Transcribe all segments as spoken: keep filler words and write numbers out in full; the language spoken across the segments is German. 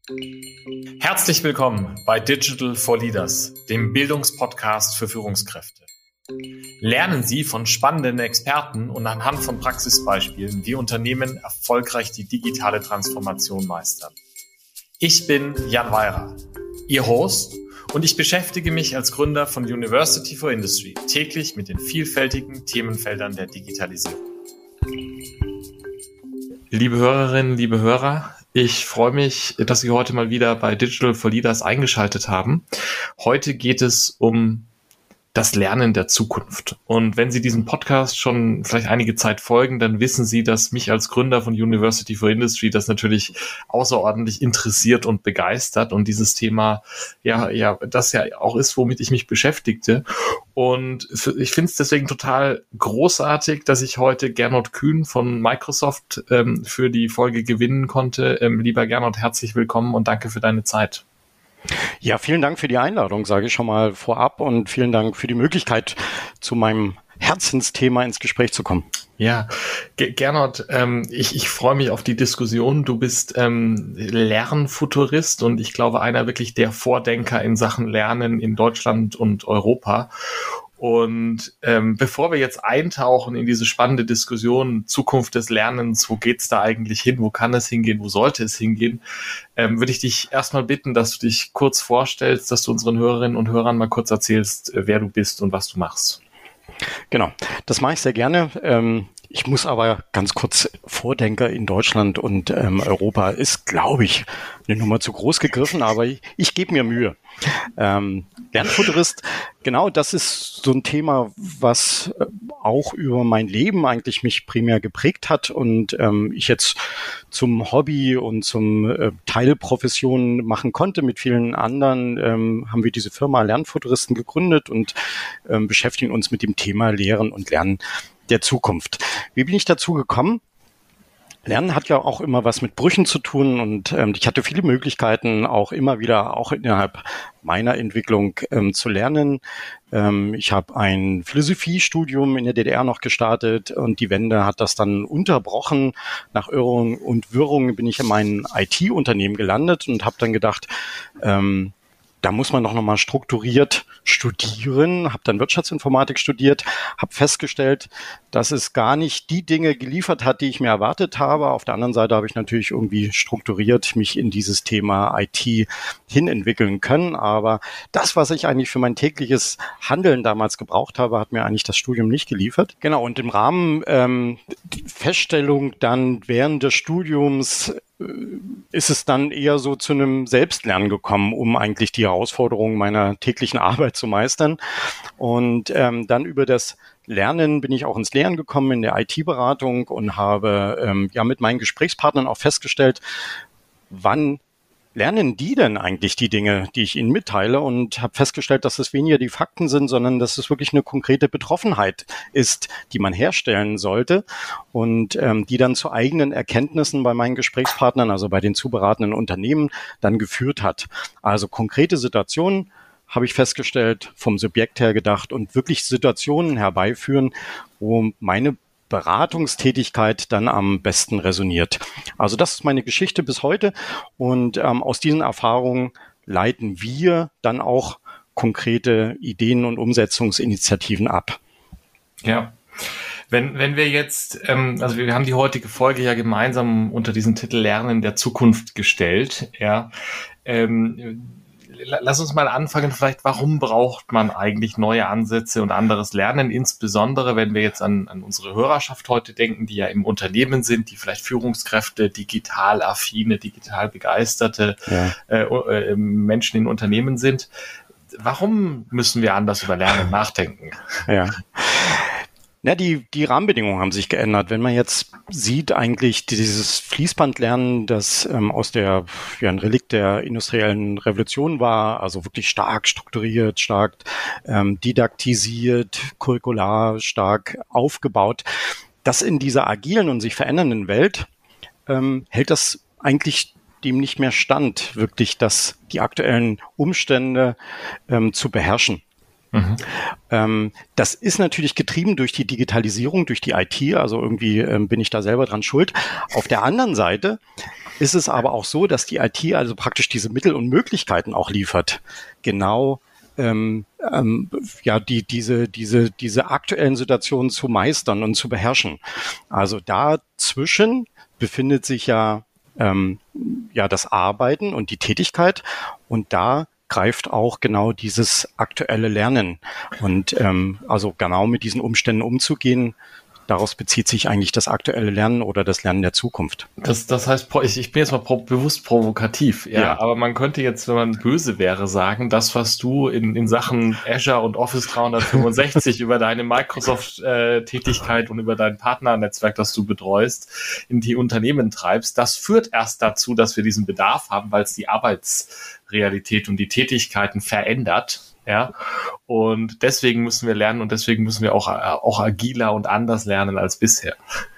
Herzlich willkommen bei Digital for Leaders, dem Bildungspodcast für Führungskräfte. Lernen Sie von spannenden Experten und anhand von Praxisbeispielen, wie Unternehmen erfolgreich die digitale Transformation meistern. Ich bin Jan Weirer, Ihr Host, und ich beschäftige mich als Gründer von University for Industry täglich mit den vielfältigen Themenfeldern der Digitalisierung. Liebe Hörerinnen, liebe Hörer, ich freue mich, dass Sie heute mal wieder bei Digital for Leaders eingeschaltet haben. Heute geht es um das Lernen der Zukunft. Und wenn Sie diesem Podcast schon vielleicht einige Zeit folgen, dann wissen Sie, dass mich als Gründer von University for Industry das natürlich außerordentlich interessiert und begeistert und dieses Thema, ja, ja, das ja auch ist, womit ich mich beschäftigte. Und ich finde es deswegen total großartig, dass ich heute Gernot Kühn von Microsoft ähm, für die Folge gewinnen konnte. Ähm, lieber Gernot, herzlich willkommen und danke für deine Zeit. Ja, vielen Dank für die Einladung, sage ich schon mal vorab, und vielen Dank für die Möglichkeit, zu meinem Herzensthema ins Gespräch zu kommen. Ja, G- Gernot, ähm, ich, ich freue mich auf die Diskussion. Du bist ähm, Lernfuturist und ich glaube einer wirklich der Vordenker in Sachen Lernen in Deutschland und Europa. Und ähm, bevor wir jetzt eintauchen in diese spannende Diskussion Zukunft des Lernens, wo geht's da eigentlich hin, wo kann es hingehen, wo sollte es hingehen, ähm, würde ich dich erstmal bitten, dass du dich kurz vorstellst, dass du unseren Hörerinnen und Hörern mal kurz erzählst, wer du bist und was du machst. Genau, das mache ich sehr gerne. Ähm, ich muss aber ganz kurz, Vordenker in Deutschland und ähm, Europa ist, glaube ich, eine Nummer zu groß gegriffen, aber ich, ich gebe mir Mühe. Ähm, Lernfuturist, genau, das ist so ein Thema, was äh, auch über mein Leben eigentlich mich primär geprägt hat und ähm, ich jetzt zum Hobby und zum äh, Teilprofession machen konnte. Mit vielen anderen ähm, haben wir diese Firma Lernfuturisten gegründet und ähm, beschäftigen uns mit dem Thema Lehren und Lernen der Zukunft. Wie bin ich dazu gekommen? Lernen hat ja auch immer was mit Brüchen zu tun und ähm, ich hatte viele Möglichkeiten, auch immer wieder, auch innerhalb meiner Entwicklung ähm, zu lernen. Ähm, ich habe ein Philosophiestudium in der D D R noch gestartet und die Wende hat das dann unterbrochen. Nach Irrung und Wirrung bin ich in mein I T-Unternehmen gelandet und habe dann gedacht, ähm, da muss man doch nochmal strukturiert studieren, habe dann Wirtschaftsinformatik studiert, habe festgestellt, dass es gar nicht die Dinge geliefert hat, die ich mir erwartet habe. Auf der anderen Seite habe ich natürlich irgendwie strukturiert mich in dieses Thema I T hinentwickeln können. Aber das, was ich eigentlich für mein tägliches Handeln damals gebraucht habe, hat mir eigentlich das Studium nicht geliefert. Genau, und im Rahmen ähm, die Feststellung dann während des Studiums ist es dann eher so zu einem Selbstlernen gekommen, um eigentlich die Herausforderungen meiner täglichen Arbeit zu meistern. Und ähm, dann über das Lernen bin ich auch ins Lehren gekommen in der I T-Beratung und habe ähm, ja mit meinen Gesprächspartnern auch festgestellt, wann lernen die denn eigentlich die Dinge, die ich ihnen mitteile, und habe festgestellt, dass es weniger die Fakten sind, sondern dass es wirklich eine konkrete Betroffenheit ist, die man herstellen sollte und ähm, die dann zu eigenen Erkenntnissen bei meinen Gesprächspartnern, also bei den zu beratenden Unternehmen, dann geführt hat. Also konkrete Situationen habe ich festgestellt, vom Subjekt her gedacht und wirklich Situationen herbeiführen, wo meine Beratungstätigkeit dann am besten resoniert. Also das ist meine Geschichte bis heute und ähm, aus diesen Erfahrungen leiten wir dann auch konkrete Ideen und Umsetzungsinitiativen ab. Ja. Wenn, wenn wir jetzt, ähm, also wir haben die heutige Folge ja gemeinsam unter diesen Titel Lernen der Zukunft gestellt, ja. Ähm, Lass uns mal anfangen, vielleicht, warum braucht man eigentlich neue Ansätze und anderes Lernen, insbesondere wenn wir jetzt an, an unsere Hörerschaft heute denken, die ja im Unternehmen sind, die vielleicht Führungskräfte, digital affine, digital begeisterte ja. äh, äh, Menschen in Unternehmen sind. Warum müssen wir anders über Lernen nachdenken? Ja. Ja, die, die Rahmenbedingungen haben sich geändert. Wenn man jetzt sieht, eigentlich dieses Fließbandlernen, das ähm, aus der, ja, ein Relikt der industriellen Revolution war, also wirklich stark strukturiert, stark ähm, didaktisiert, curricular stark aufgebaut, das in dieser agilen und sich verändernden Welt ähm, hält das eigentlich dem nicht mehr stand, wirklich das, die aktuellen Umstände ähm, zu beherrschen. Mhm. Ähm, das ist natürlich getrieben durch die Digitalisierung, durch die I T, also irgendwie ähm, bin ich da selber dran schuld. Auf der anderen Seite ist es aber auch so, dass die I T also praktisch diese Mittel und Möglichkeiten auch liefert, genau ähm, ähm, ja die diese diese diese aktuellen Situationen zu meistern und zu beherrschen. Also dazwischen befindet sich ja ähm, ja das Arbeiten und die Tätigkeit, und da greift auch genau dieses aktuelle Lernen. Und ähm, also genau mit diesen Umständen umzugehen, daraus bezieht sich eigentlich das aktuelle Lernen oder das Lernen der Zukunft. Das, das heißt, ich, ich bin jetzt mal pro, bewusst provokativ, ja, Ja. aber man könnte jetzt, wenn man böse wäre, sagen, das, was du in, in Sachen Azure und Office dreihundertfünfundsechzig über deine Microsoft-Tätigkeit und über dein Partnernetzwerk, das du betreust, in die Unternehmen treibst, das führt erst dazu, dass wir diesen Bedarf haben, weil es die Arbeitsrealität und die Tätigkeiten verändert. Ja, und deswegen müssen wir lernen und deswegen müssen wir auch, auch agiler und anders lernen als bisher.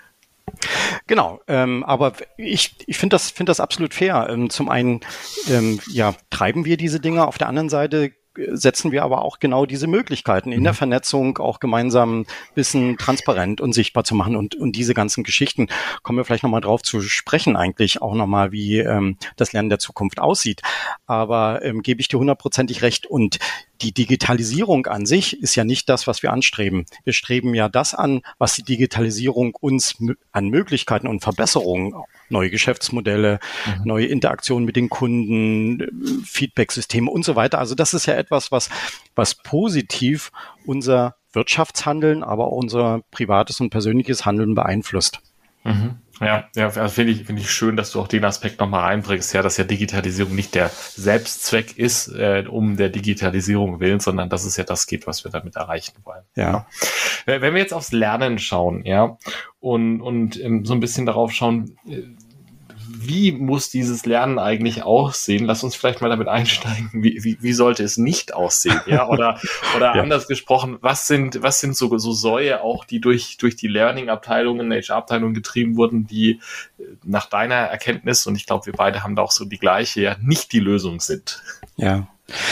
Genau, ähm, aber ich, ich finde das, finde das absolut fair. Ähm, zum einen, ähm, ja, treiben wir diese Dinge, auf der anderen Seite setzen wir aber auch genau diese Möglichkeiten in der Vernetzung, auch gemeinsam Wissen transparent und sichtbar zu machen, und, und diese ganzen Geschichten kommen wir vielleicht nochmal drauf zu sprechen, eigentlich auch nochmal, wie ähm, das Lernen der Zukunft aussieht. Aber ähm, gebe ich dir hundertprozentig recht, und die Digitalisierung an sich ist ja nicht das, was wir anstreben. Wir streben ja das an, was die Digitalisierung uns m- an Möglichkeiten und Verbesserungen, neue Geschäftsmodelle, mhm. neue Interaktionen mit den Kunden, Feedbacksysteme und so weiter. Also das ist ja etwas, was, was positiv unser Wirtschaftshandeln, aber auch unser privates und persönliches Handeln beeinflusst. Mhm. Ja, ja, also finde ich, finde ich schön, dass du auch den Aspekt nochmal einbringst, ja, dass ja Digitalisierung nicht der Selbstzweck ist, äh, um der Digitalisierung willen, sondern dass es ja das geht, was wir damit erreichen wollen. Ja. Ja. Wenn wir jetzt aufs Lernen schauen, ja, und, und ähm, so ein bisschen darauf schauen, äh, wie muss dieses Lernen eigentlich aussehen? Lass uns vielleicht mal damit einsteigen. Wie, wie, wie sollte es nicht aussehen? Ja, oder, oder ja. anders gesprochen, was sind, was sind so, so Säue auch, die durch, durch die Learning-Abteilungen, H R-Abteilungen getrieben wurden, die nach deiner Erkenntnis, und ich glaube, wir beide haben da auch so die gleiche, ja, nicht die Lösung sind? Ja.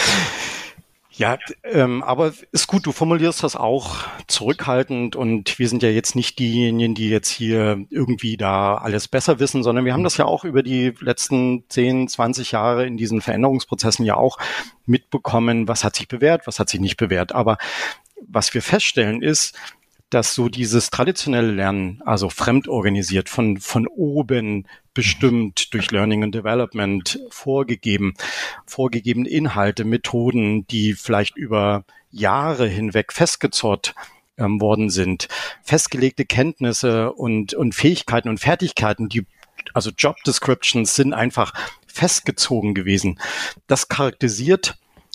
Ja, ähm, aber ist gut, du formulierst das auch zurückhaltend, und wir sind ja jetzt nicht diejenigen, die jetzt hier irgendwie da alles besser wissen, sondern wir haben das ja auch über die letzten zehn, zwanzig Jahre in diesen Veränderungsprozessen ja auch mitbekommen, was hat sich bewährt, was hat sich nicht bewährt. Aber was wir feststellen ist, dass so dieses traditionelle Lernen, also fremdorganisiert, von, von oben bestimmt, durch Learning and Development vorgegeben, vorgegebene Inhalte, Methoden, die vielleicht über Jahre hinweg festgezurrt ähm, worden sind, festgelegte Kenntnisse und, und Fähigkeiten und Fertigkeiten, die, also Job Descriptions sind einfach festgezogen gewesen. Das charakterisiert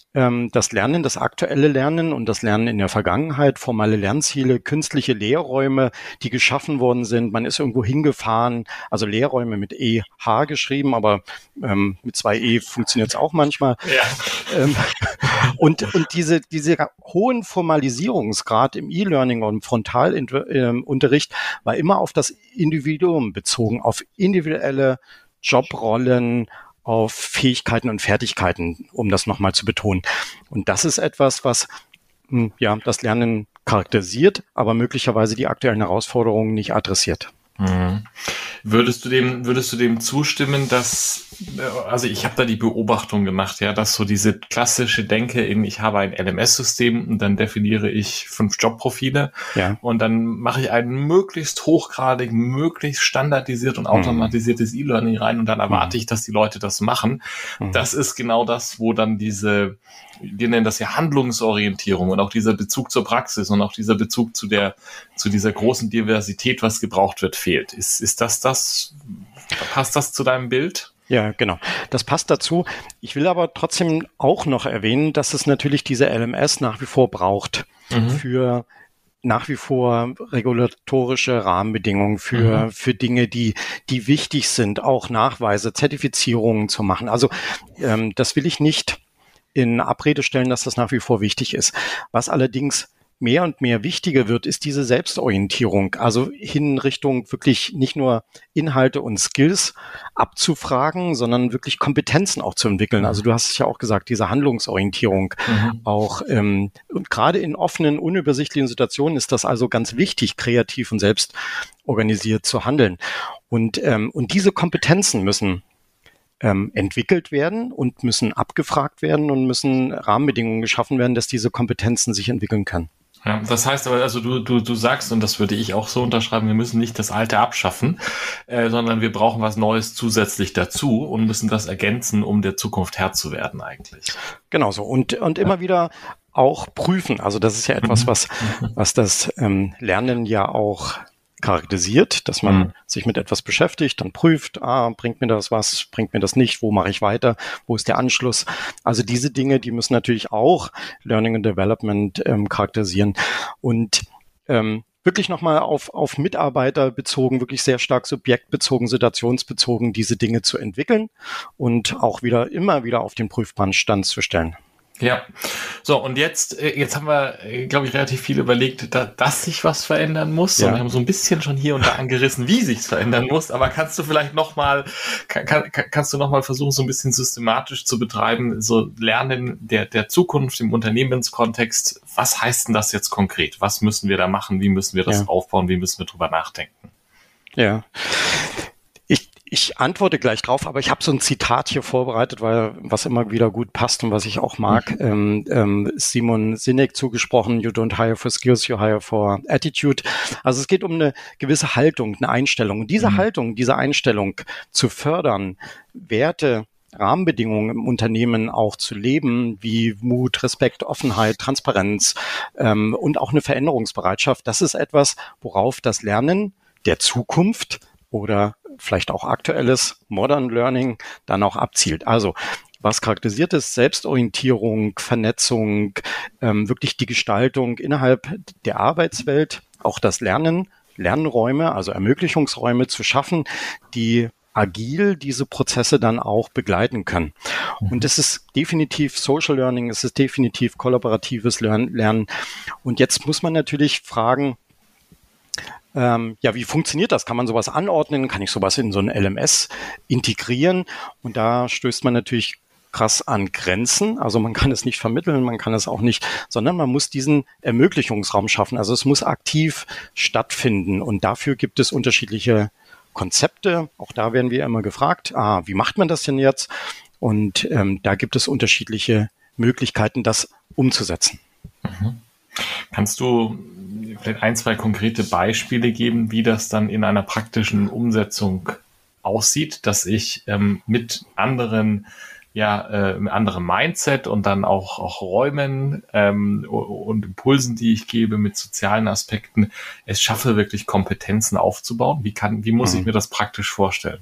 das Lernen, das aktuelle Lernen und das Lernen in der Vergangenheit, formale Lernziele, künstliche Lehrräume, die geschaffen worden sind. Man ist irgendwo hingefahren, also Lehrräume mit E H geschrieben, aber ähm, mit zwei E funktioniert es auch manchmal. Ja. Ähm, und und diese diese hohen Formalisierungsgrad im E-Learning und im Frontalunterricht war immer auf das Individuum bezogen, auf individuelle Jobrollen, auf Fähigkeiten und Fertigkeiten, um das nochmal zu betonen. Und das ist etwas, was ja das Lernen charakterisiert, aber möglicherweise die aktuellen Herausforderungen nicht adressiert. Mhm. Würdest du dem, würdest du dem zustimmen, dass, also ich habe da die Beobachtung gemacht, ja, dass so diese klassische Denke in, ich habe ein L M S-System und dann definiere ich fünf Jobprofile, ja, und dann mache ich ein möglichst hochgradig, möglichst standardisiert und automatisiertes mhm. E-Learning rein und dann erwarte mhm. ich, dass die Leute das machen. Mhm. Das ist genau das, wo dann diese, wir nennen das ja Handlungsorientierung und auch dieser Bezug zur Praxis und auch dieser Bezug zu der, zu dieser großen Diversität, was gebraucht wird, fehlt. Ist, ist das das, passt das zu deinem Bild? Ja, genau. Das passt dazu. Ich will aber trotzdem auch noch erwähnen, dass es natürlich diese L M S nach wie vor braucht mhm. für nach wie vor regulatorische Rahmenbedingungen für, mhm. für Dinge, die, die wichtig sind, auch Nachweise, Zertifizierungen zu machen. Also, ähm, das will ich nicht in Abrede stellen, dass das nach wie vor wichtig ist. Was allerdings mehr und mehr wichtiger wird, ist diese Selbstorientierung, also hin Richtung wirklich nicht nur Inhalte und Skills abzufragen, sondern wirklich Kompetenzen auch zu entwickeln. Also du hast es ja auch gesagt, diese Handlungsorientierung mhm. auch ähm, und gerade in offenen, unübersichtlichen Situationen ist das also ganz wichtig, kreativ und selbst organisiert zu handeln. Und, ähm, und diese Kompetenzen müssen ähm, entwickelt werden und müssen abgefragt werden und müssen Rahmenbedingungen geschaffen werden, dass diese Kompetenzen sich entwickeln können. Ja, das heißt aber, also du, du, du sagst, und das würde ich auch so unterschreiben, wir müssen nicht das Alte abschaffen, äh, sondern wir brauchen was Neues zusätzlich dazu und müssen das ergänzen, um der Zukunft Herr zu werden eigentlich. Genau so. Und, und immer ja. wieder auch prüfen. Also das ist ja etwas, was, was das ähm, Lernen ja auch charakterisiert, dass man mhm. sich mit etwas beschäftigt, dann prüft, ah, bringt mir das was, bringt mir das nicht, wo mache ich weiter, wo ist der Anschluss? Also diese Dinge, die müssen natürlich auch Learning and Development ähm, charakterisieren. Und ähm, wirklich nochmal auf, auf Mitarbeiter bezogen, wirklich sehr stark subjektbezogen, situationsbezogen, diese Dinge zu entwickeln und auch wieder immer wieder auf den prüfbaren Stand zu stellen. Ja, so und jetzt, jetzt haben wir, glaube ich, relativ viel überlegt, da, dass sich was verändern muss. Ja. Und wir haben so ein bisschen schon hier und da angerissen, wie sich's verändern muss. Aber kannst du vielleicht noch mal, kann, kann, kannst du noch mal versuchen, so ein bisschen systematisch zu betreiben, so Lernen der der Zukunft im Unternehmenskontext. Was heißt denn das jetzt konkret? Was müssen wir da machen? Wie müssen wir das ja. aufbauen? Wie müssen wir drüber nachdenken? Ja. Ich, ich antworte gleich drauf, aber ich habe so ein Zitat hier vorbereitet, weil was immer wieder gut passt und was ich auch mag. Mhm. Ähm, ähm, Simon Sinek zugesprochen, you don't hire for skills, you hire for attitude. Also es geht um eine gewisse Haltung, eine Einstellung. Und diese mhm. Haltung, diese Einstellung zu fördern, Werte, Rahmenbedingungen im Unternehmen auch zu leben, wie Mut, Respekt, Offenheit, Transparenz ähm, und auch eine Veränderungsbereitschaft, das ist etwas, worauf das Lernen der Zukunft oder vielleicht auch aktuelles Modern Learning dann auch abzielt. Also was charakterisiert ist? Selbstorientierung, Vernetzung, ähm, wirklich die Gestaltung innerhalb der Arbeitswelt, auch das Lernen, Lernräume, also Ermöglichungsräume zu schaffen, die agil diese Prozesse dann auch begleiten können. Und es ist definitiv Social Learning, es ist definitiv kollaboratives Lernen. Und jetzt muss man natürlich fragen, Ähm, ja, wie funktioniert das? Kann man sowas anordnen? Kann ich sowas in so ein L M S integrieren? Und da stößt man natürlich krass an Grenzen. Also man kann es nicht vermitteln, man kann es auch nicht, sondern man muss diesen Ermöglichungsraum schaffen. Also es muss aktiv stattfinden. Und dafür gibt es unterschiedliche Konzepte. Auch da werden wir immer gefragt, ah, wie macht man das denn jetzt? Und ähm, da gibt es unterschiedliche Möglichkeiten, das umzusetzen. Mhm. Kannst du vielleicht ein, zwei konkrete Beispiele geben, wie das dann in einer praktischen Umsetzung aussieht, dass ich ähm, mit anderen, ja, äh, mit anderem Mindset und dann auch, auch Räumen ähm, und Impulsen, die ich gebe, mit sozialen Aspekten, es schaffe, wirklich Kompetenzen aufzubauen? Wie kann, wie muss mhm. ich mir das praktisch vorstellen?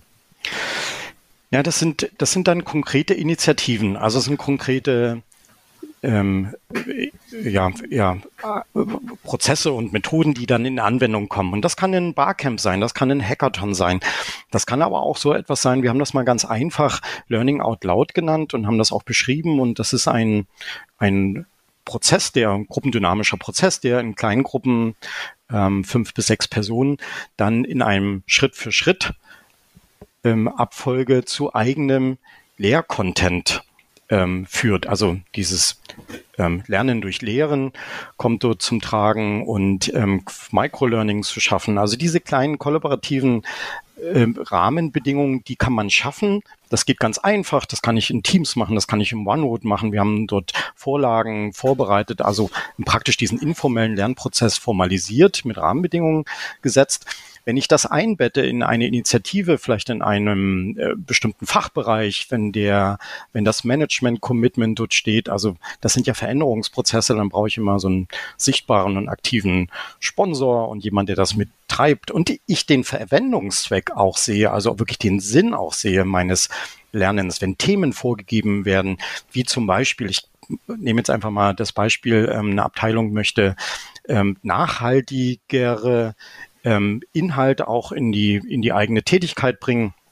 Ja, das sind, das sind dann konkrete Initiativen, also es sind konkrete Ähm, ja, ja, Prozesse und Methoden, die dann in Anwendung kommen. Und das kann ein Barcamp sein, das kann ein Hackathon sein. Das kann aber auch so etwas sein, wir haben das mal ganz einfach Learning Out Loud genannt und haben das auch beschrieben. Und das ist ein, ein Prozess, der ein gruppendynamischer Prozess, der in kleinen Gruppen, ähm, fünf bis sechs Personen, dann in einem Schritt für Schritt ähm, Abfolge zu eigenem Lehrcontent Ähm, führt. Also dieses ähm, Lernen durch Lehren kommt dort zum Tragen und ähm, Microlearning zu schaffen. Also diese kleinen kollaborativen ähm, Rahmenbedingungen, die kann man schaffen. Das geht ganz einfach. Das kann ich in Teams machen, das kann ich im OneNote machen. Wir haben dort Vorlagen vorbereitet, also praktisch diesen informellen Lernprozess formalisiert, mit Rahmenbedingungen gesetzt. Wenn ich das einbette in eine Initiative, vielleicht in einem äh, bestimmten Fachbereich, wenn der, wenn das Management-Commitment dort steht, also das sind ja Veränderungsprozesse, dann brauche ich immer so einen sichtbaren und aktiven Sponsor und jemand, der das mittreibt und ich den Verwendungszweck auch sehe, also wirklich den Sinn auch sehe meines Lernens, wenn Themen vorgegeben werden, wie zum Beispiel, ich nehme jetzt einfach mal das Beispiel, ähm, eine Abteilung möchte ähm, nachhaltigere ähm, Inhalte auch in die, in die eigene Tätigkeit bringen.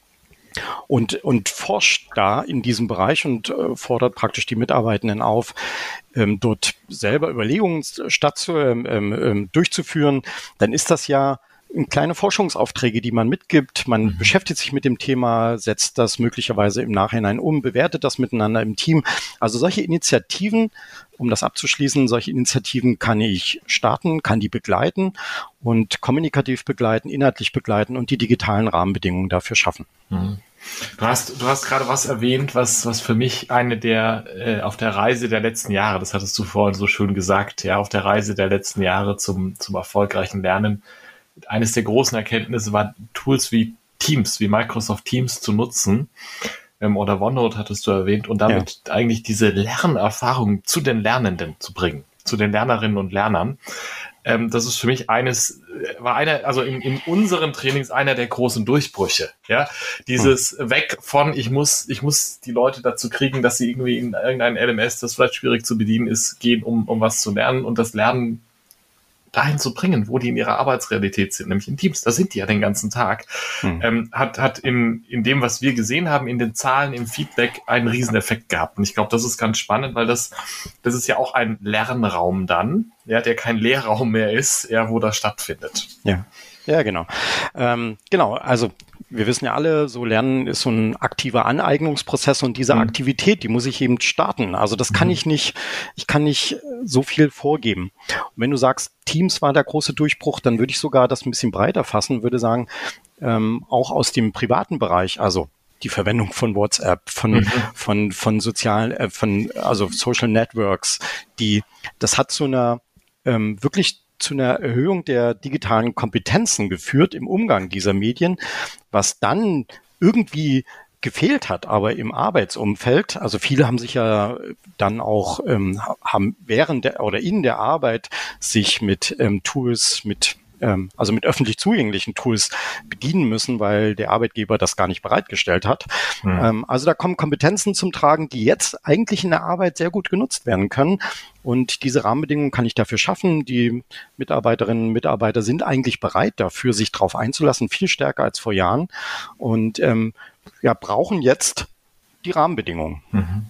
und, und forscht da in diesem Bereich und äh, fordert praktisch die Mitarbeitenden auf, ähm, dort selber Überlegungen statt ähm, ähm, durchzuführen, dann ist das ja kleine Forschungsaufträge, die man mitgibt. Man mhm. beschäftigt sich mit dem Thema, setzt das möglicherweise im Nachhinein um, bewertet das miteinander im Team. Also solche Initiativen, um das abzuschließen, solche Initiativen kann ich starten, kann die begleiten und kommunikativ begleiten, inhaltlich begleiten und die digitalen Rahmenbedingungen dafür schaffen. Mhm. Du hast, du hast gerade was erwähnt, was, was für mich eine der, äh, auf der Reise der letzten Jahre, das hattest du vorhin so schön gesagt, ja, auf der Reise der letzten Jahre zum, zum erfolgreichen Lernen, eines der großen Erkenntnisse war, Tools wie Teams, wie Microsoft Teams zu nutzen, ähm, oder OneNote hattest du erwähnt, und damit ja. eigentlich diese Lernerfahrung zu den Lernenden zu bringen, zu den Lernerinnen und Lernern. Ähm, das ist für mich eines, war einer, also in, in unseren Trainings einer der großen Durchbrüche, ja, dieses hm. weg von, ich muss, ich muss die Leute dazu kriegen, dass sie irgendwie in irgendein L M S, das vielleicht schwierig zu bedienen ist, gehen, um, um was zu lernen, und das Lernen dahin zu bringen, wo die in ihrer Arbeitsrealität sind, nämlich in Teams. Da sind die ja den ganzen Tag. Hm. Ähm, hat hat in, in dem, was wir gesehen haben, in den Zahlen, im Feedback einen Rieseneffekt gehabt. Und ich glaube, das ist ganz spannend, weil das das ist ja auch ein Lernraum dann, ja, der kein Lehrraum mehr ist, ja, wo das stattfindet. Ja, ja, genau. Ähm, genau, also wir wissen ja alle, so Lernen ist so ein aktiver Aneignungsprozess, und diese mhm. Aktivität, die muss ich eben starten. Also das kann mhm. ich nicht, ich kann nicht so viel vorgeben. Und wenn du sagst, Teams war der große Durchbruch, dann würde ich sogar das ein bisschen breiter fassen, würde sagen, ähm, auch aus dem privaten Bereich, also die Verwendung von WhatsApp, von, mhm. von, von sozialen, äh, von, also Social Networks, die, das hat zu einer, ähm, wirklich zu einer Erhöhung der digitalen Kompetenzen geführt im Umgang dieser Medien, was dann irgendwie gefehlt hat, aber im Arbeitsumfeld, also viele haben sich ja dann auch, ähm, haben während der oder in der Arbeit sich mit ähm, Tools, mit ähm, also mit öffentlich zugänglichen Tools bedienen müssen, weil der Arbeitgeber das gar nicht bereitgestellt hat. Mhm. Ähm, also da kommen Kompetenzen zum Tragen, die jetzt eigentlich in der Arbeit sehr gut genutzt werden können. Und diese Rahmenbedingungen kann ich dafür schaffen. Die Mitarbeiterinnen und Mitarbeiter sind eigentlich bereit dafür, sich darauf einzulassen, viel stärker als vor Jahren. Und ähm, ja, brauchen jetzt die Rahmenbedingungen. Mhm.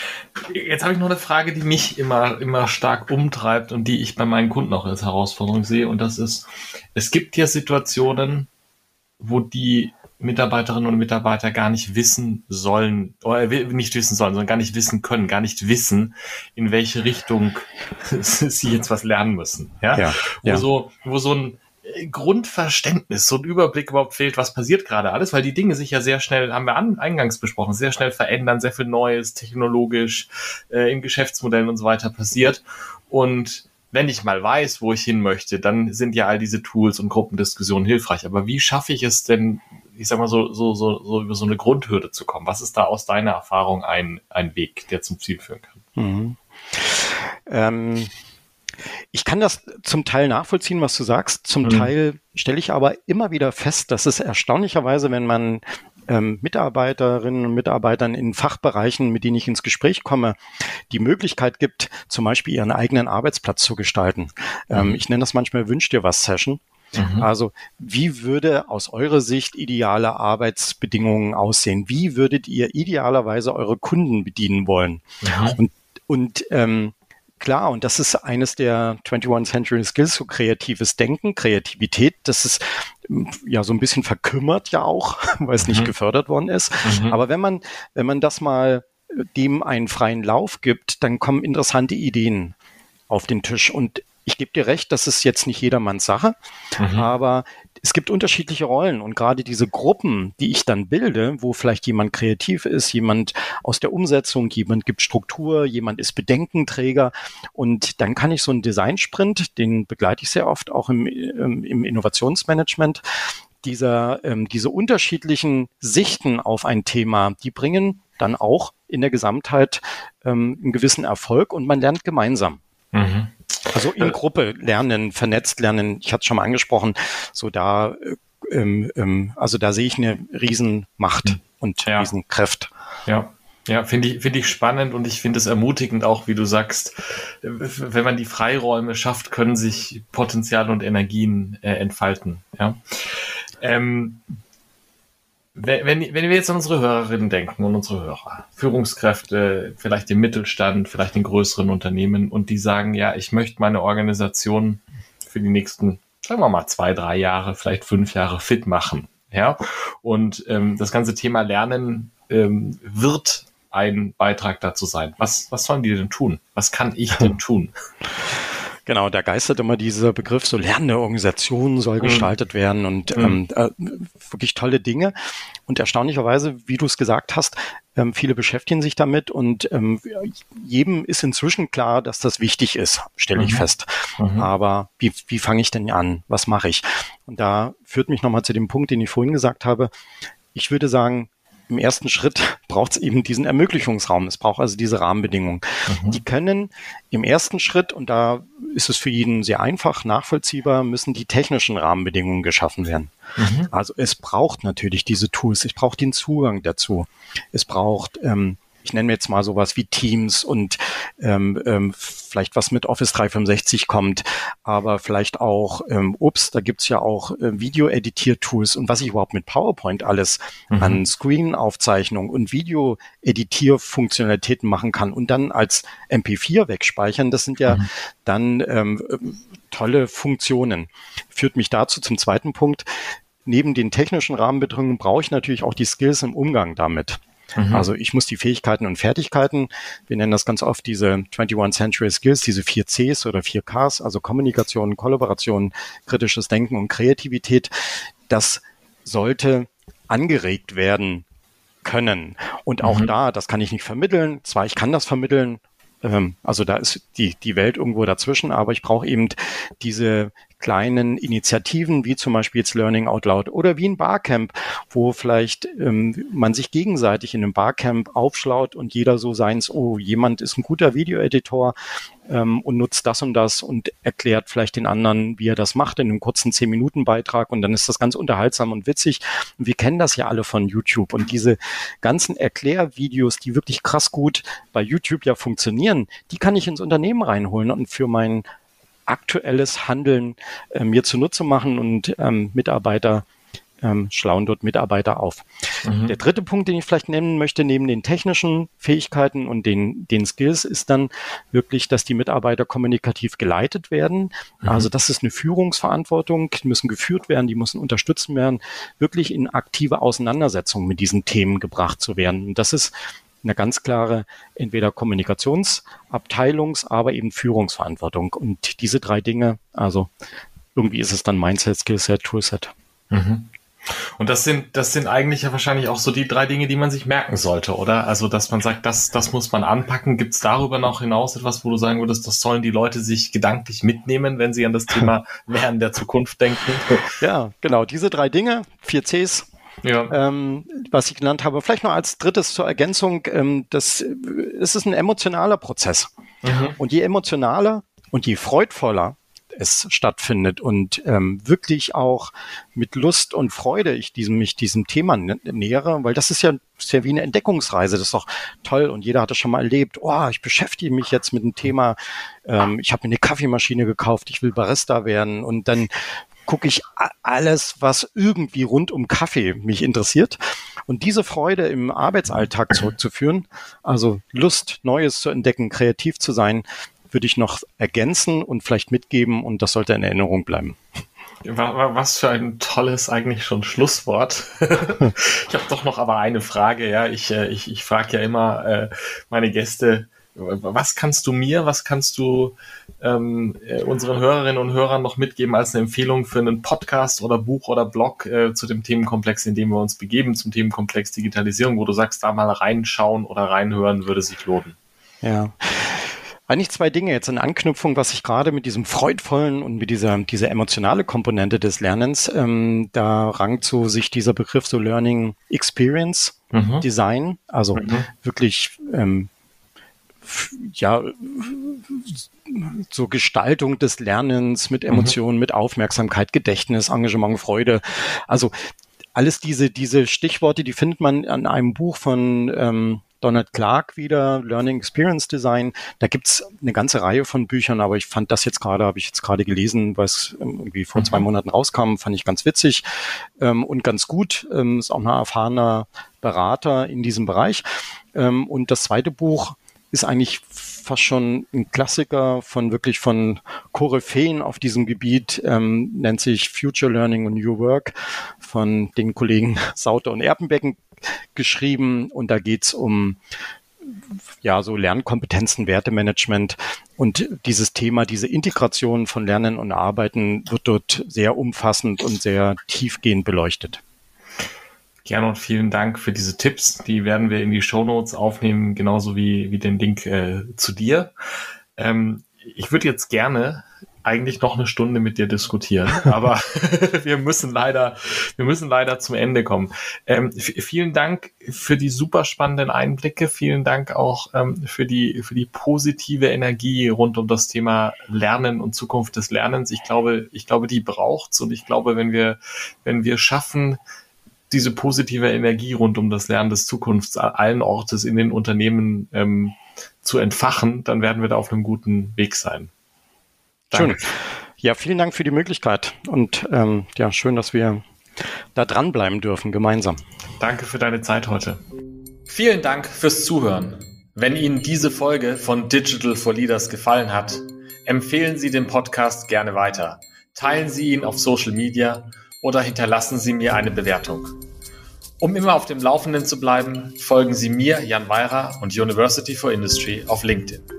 Jetzt habe ich noch eine Frage, die mich immer, immer stark umtreibt und die ich bei meinen Kunden auch als Herausforderung sehe. Und das ist, es gibt ja Situationen, wo die Mitarbeiterinnen und Mitarbeiter gar nicht wissen sollen, oder nicht wissen sollen, sondern gar nicht wissen können, gar nicht wissen, in welche Richtung sie jetzt was lernen müssen. Ja, ja, wo ja. so, wo so ein Grundverständnis, so ein Überblick überhaupt fehlt, was passiert gerade alles, weil die Dinge sich ja sehr schnell, haben wir an, eingangs besprochen, sehr schnell verändern, sehr viel Neues, technologisch, äh, in Geschäftsmodellen und so weiter passiert. Und wenn ich mal weiß, wo ich hin möchte, dann sind ja all diese Tools und Gruppendiskussionen hilfreich. Aber wie schaffe ich es denn, ich sag mal, so, so, so, so über so eine Grundhürde zu kommen? Was ist da aus deiner Erfahrung ein, ein Weg, der zum Ziel führen kann? Mhm. Ähm Ich kann das zum Teil nachvollziehen, was du sagst. Zum mhm. Teil stelle ich aber immer wieder fest, dass es erstaunlicherweise, wenn man ähm, Mitarbeiterinnen und Mitarbeitern in Fachbereichen, mit denen ich ins Gespräch komme, die Möglichkeit gibt, zum Beispiel ihren eigenen Arbeitsplatz zu gestalten. Mhm. Ähm, ich nenne das manchmal Wünsch dir was Session. Mhm. Also wie würde aus eurer Sicht ideale Arbeitsbedingungen aussehen? Wie würdet ihr idealerweise eure Kunden bedienen wollen? Mhm. Und, und ähm, Klar, und das ist eines der einundzwanzigsten Century Skills, so kreatives Denken, Kreativität, das ist ja so ein bisschen verkümmert ja auch, weil es mhm. nicht gefördert worden ist. Mhm. Aber wenn man, wenn man das mal dem einen freien Lauf gibt, dann kommen interessante Ideen auf den Tisch. Und ich gebe dir recht, das ist jetzt nicht jedermanns Sache, mhm. aber es gibt unterschiedliche Rollen, und gerade diese Gruppen, die ich dann bilde, wo vielleicht jemand kreativ ist, jemand aus der Umsetzung, jemand gibt Struktur, jemand ist Bedenkenträger, und dann kann ich so einen Design-Sprint, den begleite ich sehr oft auch im, im Innovationsmanagement, dieser, ähm, diese unterschiedlichen Sichten auf ein Thema, die bringen dann auch in der Gesamtheit ähm, einen gewissen Erfolg, und man lernt gemeinsam. Mhm. Also in Gruppe lernen, vernetzt lernen, ich hatte es schon mal angesprochen, so da, ähm, ähm, also da sehe ich eine Riesenmacht und ja. Riesenkraft. Ja. Ja, finde ich, finde ich spannend, und ich finde es ermutigend auch, wie du sagst, wenn man die Freiräume schafft, können sich Potenziale und Energien äh, entfalten. Ja. Ähm, wenn, wenn wir jetzt an unsere Hörerinnen denken und unsere Hörer, Führungskräfte, vielleicht im Mittelstand, vielleicht in größeren Unternehmen und die sagen, ja, ich möchte meine Organisation für die nächsten, sagen wir mal, zwei, drei Jahre, vielleicht fünf Jahre fit machen. Ja, und ähm, das ganze Thema Lernen ähm, wird ein Beitrag dazu sein. Was, was sollen die denn tun? Was kann ich denn tun? Genau, da geistert immer dieser Begriff, so lernende Organisation soll mhm. gestaltet werden und mhm. ähm, äh, wirklich tolle Dinge. Und erstaunlicherweise, wie du es gesagt hast, ähm, viele beschäftigen sich damit und ähm, jedem ist inzwischen klar, dass das wichtig ist, stelle mhm. ich fest. Mhm. Aber wie, wie fange ich denn an? Was mache ich? Und da führt mich nochmal zu dem Punkt, den ich vorhin gesagt habe. Ich würde sagen, im ersten Schritt braucht es eben diesen Ermöglichungsraum. Es braucht also diese Rahmenbedingungen. Mhm. Die können im ersten Schritt, und da ist es für jeden sehr einfach nachvollziehbar, müssen die technischen Rahmenbedingungen geschaffen werden. Mhm. Also es braucht natürlich diese Tools. Ich brauche den Zugang dazu. Es braucht, ähm, ich nenne mir jetzt mal sowas wie Teams und ähm, ähm, vielleicht was mit Office dreihundertfünfundsechzig kommt, aber vielleicht auch, ähm, ups, da gibt's ja auch äh, Video-Editier-Tools und was ich überhaupt mit PowerPoint alles mhm. an Screen-Aufzeichnung und Video-Editier-Funktionalitäten machen kann und dann als M P vier wegspeichern, das sind ja mhm. dann ähm, tolle Funktionen. Führt mich dazu zum zweiten Punkt. Neben den technischen Rahmenbedingungen brauche ich natürlich auch die Skills im Umgang damit. Mhm. Also ich muss die Fähigkeiten und Fertigkeiten, wir nennen das ganz oft diese einundzwanzigste Century Skills, diese vier Cs oder vier Ks, also Kommunikation, Kollaboration, kritisches Denken und Kreativität, das sollte angeregt werden können. Und auch mhm. da, das kann ich nicht vermitteln, zwar ich kann das vermitteln, ähm, also da ist die, die Welt irgendwo dazwischen, aber ich brauche eben diese kleinen Initiativen, wie zum Beispiel jetzt Learning Out Loud oder wie ein Barcamp, wo vielleicht ähm, man sich gegenseitig in einem Barcamp aufschlaut und jeder so seins, oh, jemand ist ein guter Videoeditor ähm, und nutzt das und das und erklärt vielleicht den anderen, wie er das macht in einem kurzen zehn Minuten Beitrag und dann ist das ganz unterhaltsam und witzig. Und wir kennen das ja alle von YouTube und diese ganzen Erklärvideos, die wirklich krass gut bei YouTube ja funktionieren, die kann ich ins Unternehmen reinholen und für meinen aktuelles Handeln äh, mir zunutze machen und ähm, Mitarbeiter ähm, schlauen dort Mitarbeiter auf. Mhm. Der dritte Punkt, den ich vielleicht nennen möchte, neben den technischen Fähigkeiten und den, den Skills, ist dann wirklich, dass die Mitarbeiter kommunikativ geleitet werden. Mhm. Also das ist eine Führungsverantwortung, die müssen geführt werden, die müssen unterstützt werden, wirklich in aktive Auseinandersetzung mit diesen Themen gebracht zu werden. Und das ist eine ganz klare, entweder Kommunikationsabteilungs-, aber eben Führungsverantwortung. Und diese drei Dinge, also irgendwie ist es dann Mindset, Skillset, Toolset. Mhm. Und das sind, das sind eigentlich ja wahrscheinlich auch so die drei Dinge, die man sich merken sollte, oder? Also, dass man sagt, das, das muss man anpacken. Gibt es darüber noch hinaus etwas, wo du sagen würdest, das sollen die Leute sich gedanklich mitnehmen, wenn sie an das Thema Lernen der Zukunft denken? Ja, genau. Diese drei Dinge, vier Cs, Ja. Ähm, was ich genannt habe. Vielleicht noch als drittes zur Ergänzung, ähm, das, es ist ein emotionaler Prozess. Mhm. Und je emotionaler und je freudvoller es stattfindet und ähm, wirklich auch mit Lust und Freude ich diesem, mich diesem Thema nähere, weil das ist ja, ist ja wie eine Entdeckungsreise, das ist doch toll und jeder hat das schon mal erlebt. Oh, ich beschäftige mich jetzt mit dem Thema, ähm, ich habe mir eine Kaffeemaschine gekauft, ich will Barista werden und dann gucke ich alles, was irgendwie rund um Kaffee mich interessiert. Und diese Freude im Arbeitsalltag zurückzuführen, also Lust, Neues zu entdecken, kreativ zu sein, würde ich noch ergänzen und vielleicht mitgeben und das sollte in Erinnerung bleiben. Was für ein tolles eigentlich schon Schlusswort. Ich habe doch noch aber eine Frage. Ja, ich, ich, ich frage ja immer äh, meine Gäste, was kannst du mir, was kannst du ähm, unseren Hörerinnen und Hörern noch mitgeben als eine Empfehlung für einen Podcast oder Buch oder Blog äh, zu dem Themenkomplex, in dem wir uns begeben, zum Themenkomplex Digitalisierung, wo du sagst, da mal reinschauen oder reinhören würde sich lohnen? Ja, eigentlich zwei Dinge jetzt in Anknüpfung, was ich gerade mit diesem freudvollen und mit dieser, dieser emotionale Komponente des Lernens, ähm, da rankt so sich dieser Begriff so Learning Experience mhm. Design, also mhm. wirklich ähm, ja, so Gestaltung des Lernens mit Emotionen, mhm. mit Aufmerksamkeit, Gedächtnis, Engagement, Freude. Also alles diese, diese Stichworte, die findet man an einem Buch von ähm, Donald Clark wieder, Learning Experience Design. Da gibt's eine ganze Reihe von Büchern, aber ich fand das jetzt gerade, habe ich jetzt gerade gelesen, weil es irgendwie vor mhm. zwei Monaten rauskam, fand ich ganz witzig ähm, und ganz gut. Ähm, ist auch ein erfahrener Berater in diesem Bereich. Ähm, und das zweite Buch ist eigentlich fast schon ein Klassiker von wirklich von Koryphäen auf diesem Gebiet, ähm, nennt sich Future Learning and New Work von den Kollegen Sauter und Erpenbecken geschrieben. Und da geht's um ja so Lernkompetenzen, Wertemanagement und dieses Thema, diese Integration von Lernen und Arbeiten wird dort sehr umfassend und sehr tiefgehend beleuchtet. Gerne und vielen Dank für diese Tipps. Die werden wir in die Shownotes aufnehmen, genauso wie, wie den Link äh, zu dir. Ähm, ich würde jetzt gerne eigentlich noch eine Stunde mit dir diskutieren, aber wir müssen leider, wir müssen leider zum Ende kommen. Ähm, f- vielen Dank für die super spannenden Einblicke. Vielen Dank auch ähm, für die, für die positive Energie rund um das Thema Lernen und Zukunft des Lernens. Ich glaube, ich glaube, die braucht's und ich glaube, wenn wir, wenn wir schaffen, diese positive Energie rund um das Lernen des Zukunfts allen Ortes in den Unternehmen ähm, zu entfachen, dann werden wir da auf einem guten Weg sein. Danke. Schön. Ja, vielen Dank für die Möglichkeit und ähm, ja, schön, dass wir da dranbleiben dürfen, gemeinsam. Danke für deine Zeit heute. Vielen Dank fürs Zuhören. Wenn Ihnen diese Folge von Digital for Leaders gefallen hat, empfehlen Sie den Podcast gerne weiter. Teilen Sie ihn auf Social Media oder hinterlassen Sie mir eine Bewertung. Um immer auf dem Laufenden zu bleiben, folgen Sie mir, Jan Weira und University for Industry auf LinkedIn.